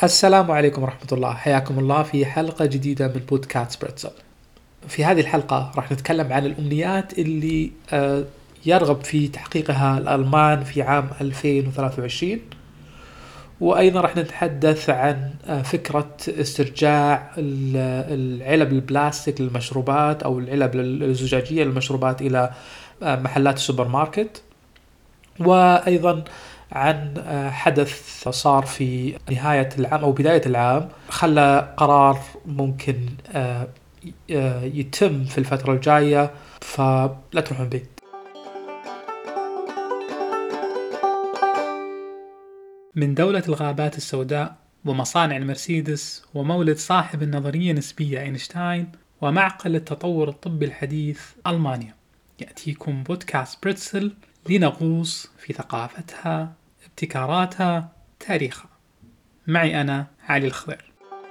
السلام عليكم ورحمة الله، حياكم الله في حلقة جديدة من بودكاست بريتزل. في هذه الحلقة راح نتكلم عن الأمنيات اللي يرغب في تحقيقها الألمان في عام 2023، وأيضا راح نتحدث عن فكرة استرجاع العلب البلاستيك للمشروبات أو العلب الزجاجية للمشروبات إلى محلات السوبر ماركت، وأيضا عن حدث صار في نهاية العام أو بداية العام خلى قرار ممكن يتم في الفترة الجاية، فلا تروحون بعيد. من دولة الغابات السوداء ومصانع المرسيدس ومولد صاحب النظرية النسبية أينشتاين ومعقل التطور الطبي الحديث ألمانيا، يأتيكم بودكاست بريتزل لنغوص في ثقافتها، ابتكاراتها، تاريخها. معي أنا علي الخضير.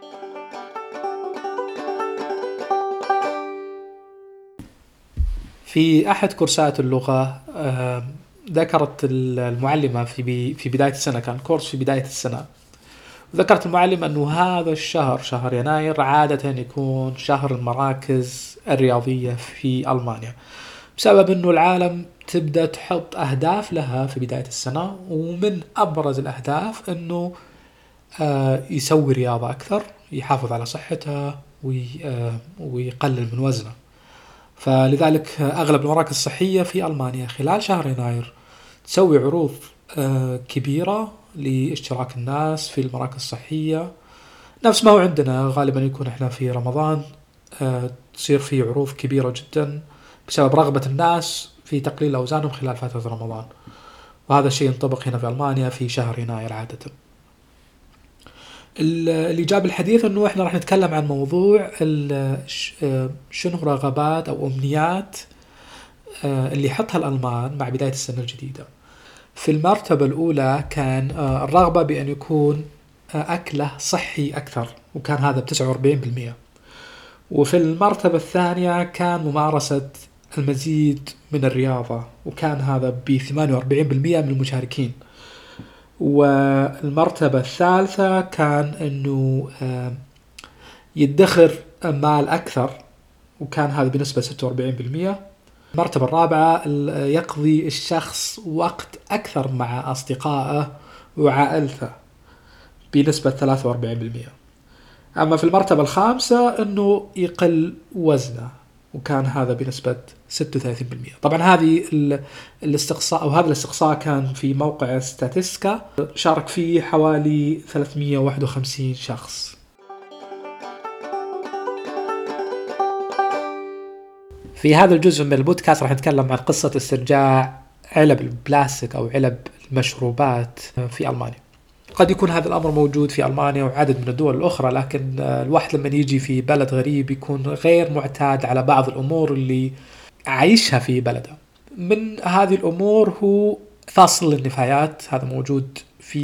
في أحد كورسات اللغة ذكرت المعلمة في بداية السنة، كان كورس في بداية السنة، ذكرت المعلم أنه هذا الشهر شهر يناير عادة يكون شهر المراكز الرياضية في ألمانيا، بسبب أنه العالم تبدأ تحط أهداف لها في بداية السنة، ومن أبرز الأهداف أنه يسوي رياضة أكثر، يحافظ على صحته ويقلل من وزنه. فلذلك أغلب المراكز الصحية في ألمانيا خلال شهر يناير تسوي عروض كبيرة لاشتراك الناس في المراكز الصحية، نفس ما هو عندنا غالبا يكون احنا في رمضان تصير في عروض كبيرة جدا بسبب رغبة الناس في تقليل أوزانهم خلال فترة رمضان، وهذا الشيء ينطبق هنا في ألمانيا في شهر يناير عادة. اللي جاب الحديث أنه إحنا راح نتكلم عن موضوع شنو رغبات أو أمنيات اللي يحطها الألمان مع بداية السنة الجديدة. في المرتبة الأولى كان الرغبة بأن يكون أكله صحي أكثر، وكان هذا ب49%. وفي المرتبة الثانية كان ممارسة المزيد من الرياضة، وكان هذا ب48% من المشاركين. والمرتبة الثالثة كان أنه يدخر مال أكثر، وكان هذا بنسبة 46%. المرتبة الرابعة يقضي الشخص وقت أكثر مع أصدقائه وعائلته بنسبة 43%. أما في المرتبة الخامسة أنه يقل وزنه، وكان هذا بنسبة 36%. طبعا هذه الاستقصاء أو هذا الاستقصاء كان في موقع ستاتيسكا، شارك فيه حوالي 351 شخص. في هذا الجزء من البودكاست راح نتكلم عن قصة استرجاع علب البلاستيك أو علب المشروبات في ألمانيا. قد يكون هذا الأمر موجود في ألمانيا وعدد من الدول الأخرى، لكن الواحد لما يجي في بلد غريب يكون غير معتاد على بعض الأمور اللي عايشها في بلده. من هذه الأمور هو فصل النفايات، هذا موجود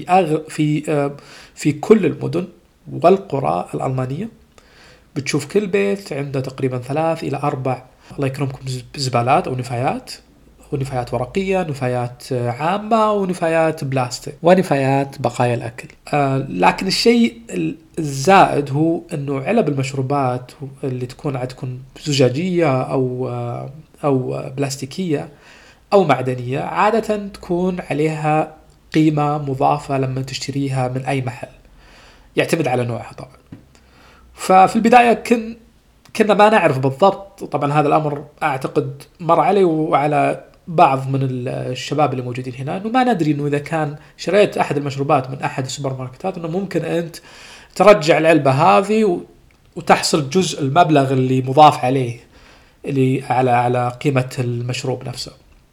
في كل المدن والقرى الألمانية. بتشوف كل بيت عنده تقريبا 3 إلى 4 الله يكرمكم زبالات أو نفايات، ونفايات ورقية، نفايات عامة، ونفايات بلاستيك، ونفايات بقايا الأكل. لكن الشيء الزائد هو أنه علب المشروبات اللي تكون زجاجية أو بلاستيكية أو معدنية عادة تكون عليها قيمة مضافة لما تشتريها من أي محل، يعتمد على نوعها طبعا. ففي البداية كنا ما نعرف بالضبط، طبعا هذا الأمر أعتقد مر علي وعلى بعض من الشباب اللي موجودين هنا، أنه ما ندري أنه إذا كان شريت أحد المشروبات من أحد السوبر ماركتات أنه ممكن أنت ترجع العلبة هذه وتحصل جزء المبلغ اللي مضاف عليه اللي على قيمة المشروب نفسه.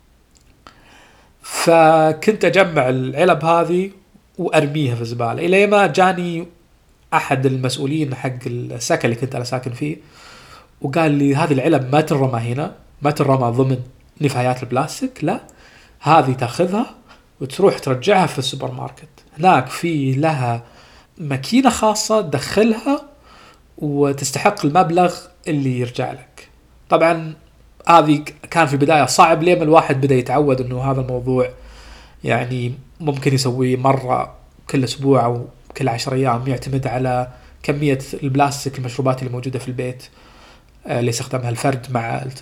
فكنت أجمع العلب هذه وأرميها في الزبالة، إلى ما جاني أحد المسؤولين حق السكن اللي كنت أنا ساكن فيه وقال لي هذه العلب ما ترمى هنا، ما ترمى ضمن نفايات البلاستيك، لا، هذه تاخذها وتروح ترجعها في السوبر ماركت، هناك في لها ماكينة خاصة تدخلها وتستحق المبلغ اللي يرجع لك. طبعا هذه كان في البداية صعب، لما الواحد بدأ يتعود أنه هذا الموضوع يعني ممكن يسويه مرة كل أسبوع أو كل 10 أيام يعتمد على كمية البلاستيك المشروبات اللي موجودة في البيت اللي يستخدمها الفرد مع عائلته.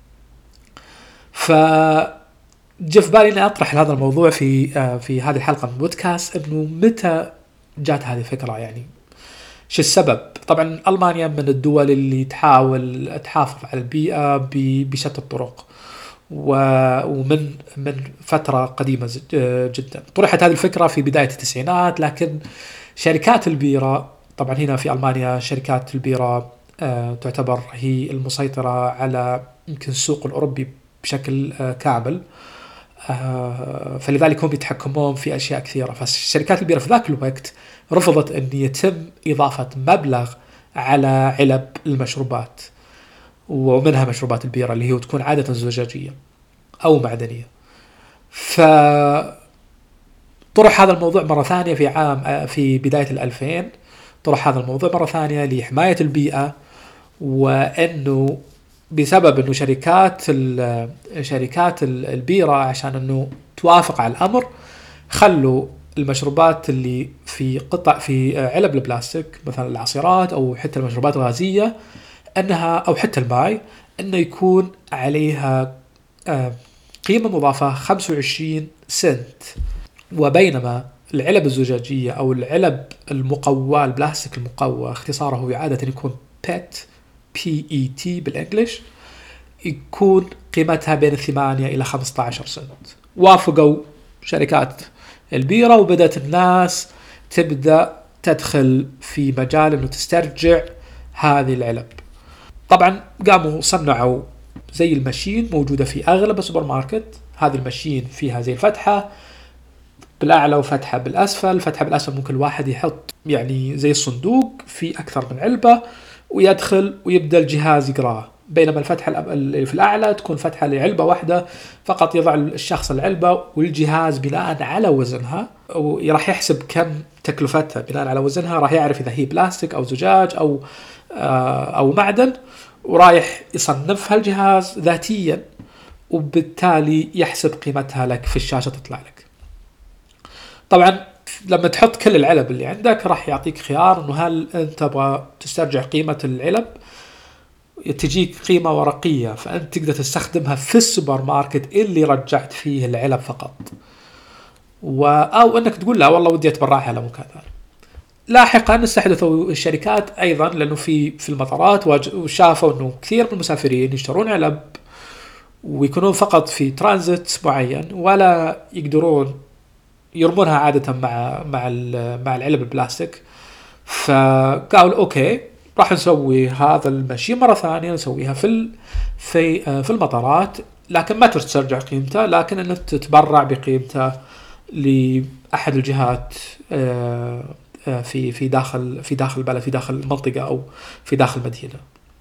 جاء في بالي اني اطرح هذا الموضوع في هذه الحلقه من البودكاست، انه متى جات هذه الفكره، يعني شو السبب. طبعا المانيا من الدول اللي تحاول تحافظ على البيئه بشتى الطرق، ومن فتره قديمه جدا طرحت هذه الفكره في بدايه التسعينات. لكن شركات البيره، طبعا هنا في المانيا شركات البيره تعتبر هي المسيطره على يمكن السوق الاوروبي بشكل كامل، فلذلك هم يتحكمون في أشياء كثيرة. فالشركات البيرة في ذاك الوقت رفضت أن يتم إضافة مبلغ على علب المشروبات، ومنها مشروبات البيرة اللي هي تكون عادة زجاجية أو معدنية. فطرح هذا الموضوع مرة ثانية في بداية 2000. طرح هذا الموضوع مرة ثانية لحماية البيئة، وأنه بسبب انه شركات البيرة عشان انه توافق على الامر، خلوا المشروبات اللي في علب البلاستيك مثلا العصيرات او حتى المشروبات الغازية او حتى الماء، انه يكون عليها قيمة مضافة 25 سنت. وبينما العلب الزجاجية او العلب المقوى، البلاستيك المقوى اختصاره عادة يكون PET بالإنجليش، يكون قيمتها بين 8 إلى 15 سنت. وافقوا شركات البيرة، وبدأت الناس تبدأ تدخل في مجال أنه تسترجع هذه العلب. طبعا قاموا صنعوا زي الماشين موجودة في أغلب السوبر ماركت. هذه الماشين فيها زي الفتحة بالأعلى وفتحة بالأسفل. فتحة بالأسفل ممكن الواحد يحط يعني زي الصندوق في أكثر من علبة ويدخل ويبدأ الجهاز يقراه، بينما الفتحة اللي في الأعلى تكون فتحة لعلبة واحدة فقط. يضع الشخص العلبة والجهاز بناء على وزنها، وراح يحسب كم تكلفتها بناء على وزنها، راح يعرف إذا هي بلاستيك أو زجاج أو معدن، ورايح يصنفها الجهاز ذاتيا، وبالتالي يحسب قيمتها لك في الشاشة تطلع لك. طبعا لما تحط كل العلب اللي عندك راح يعطيك خيار انه هل انت تبغى تسترجع قيمة العلب، تجيك قيمة ورقية فانت تقدر تستخدمها في السوبر ماركت اللي رجعت فيه العلب فقط، او انك تقول لا والله ودي اتبرعها على مكان ثاني. لاحقا استحدثوا الشركات ايضا، لانه في المطارات وشافوا انه كثير من المسافرين يشترون علب ويكونون فقط في ترانزيت معين، ولا يقدرون يرمونها عادة مع العلب البلاستيك. فقالوا اوكي راح نسوي هذا المشي مرة ثانية، نسويها في المطارات، لكن ما تسترجع قيمتها، لكن انك تتبرع بقيمتها لأحد الجهات في داخل البلد، في داخل المنطقة او في داخل المدينة.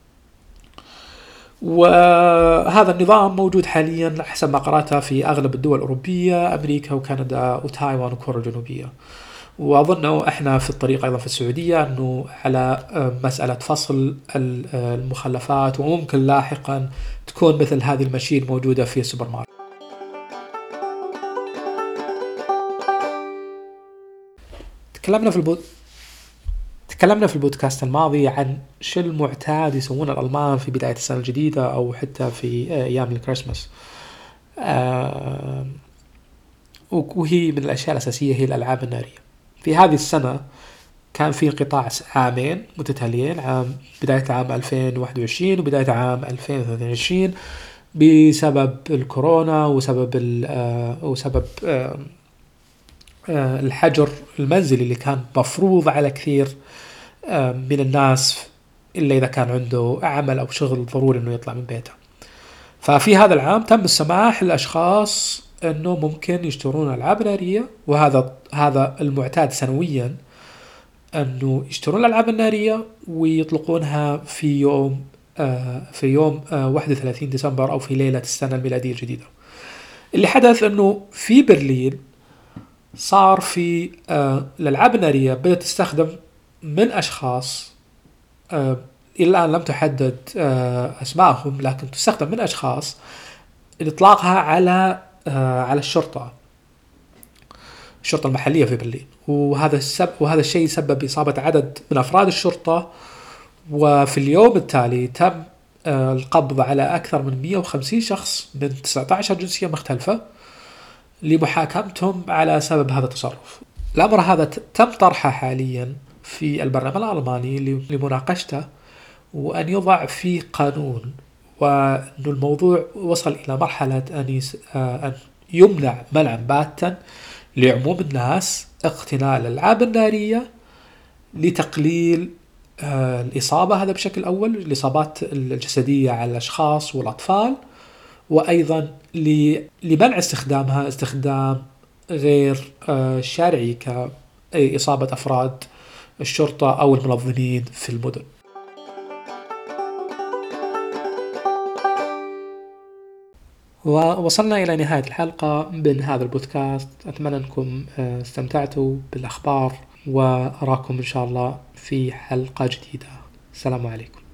وهذا النظام موجود حاليا حسب ما قرأتها في أغلب الدول الأوروبية، أمريكا وكندا وتايوان وكوريا الجنوبية. وأظن إحنا في الطريق أيضا في السعودية أنه على مسألة فصل المخلفات، وممكن لاحقا تكون مثل هذه الماشين موجودة في السوبر ماركت. تكلمنا في البودكاست الماضي عن شو المعتاد يسوونه الألمان في بداية السنة الجديدة أو حتى في أيام الكريسماس، وهي من الأشياء الأساسية هي الألعاب النارية. في هذه السنة كان في انقطاع عامين متتاليين، بداية عام 2021 وبداية عام 2022 بسبب الكورونا وسبب الحجر المنزلي اللي كان مفروض على كثير من الناس، إلا إذا كان عنده عمل أو شغل ضروري إنه يطلع من بيته. ففي هذا العام تم السماح للأشخاص إنه ممكن يشترون ألعاب نارية، وهذا المعتاد سنويا إنه يشترون الألعاب النارية ويطلقونها في يوم 31 ديسمبر أو في ليلة السنة الميلادية الجديدة. اللي حدث إنه في برلين صار في الألعاب النارية بدأت تستخدم من أشخاص إلى الآن لم تحدد أسمائهم، لكن تستخدم من أشخاص لإطلاقها على الشرطة. الشرطة المحلية في برلين، وهذا الشيء سبب إصابة عدد من أفراد الشرطة. وفي اليوم التالي تم القبض على أكثر من 150 شخص من 19 جنسية مختلفة لمحاكمتهم على سبب هذا التصرف. الأمر هذا تم طرحه حاليا في البرلمان الألماني لمناقشته وأن يضع فيه قانون، وأن الموضوع وصل إلى مرحلة أن يمنع منعا باتا لعموم الناس اقتناء الألعاب النارية لتقليل الإصابة، هذا بشكل أول، الإصابات الجسدية على الأشخاص والأطفال، وأيضا لمنع استخدامها استخدام غير شرعي كإصابة أفراد الشرطة أو المنظمين في المدن. ووصلنا إلى نهاية الحلقة من هذا البودكاست. أتمنى أنكم استمتعتوا بالأخبار، وأراكم إن شاء الله في حلقة جديدة. السلام عليكم.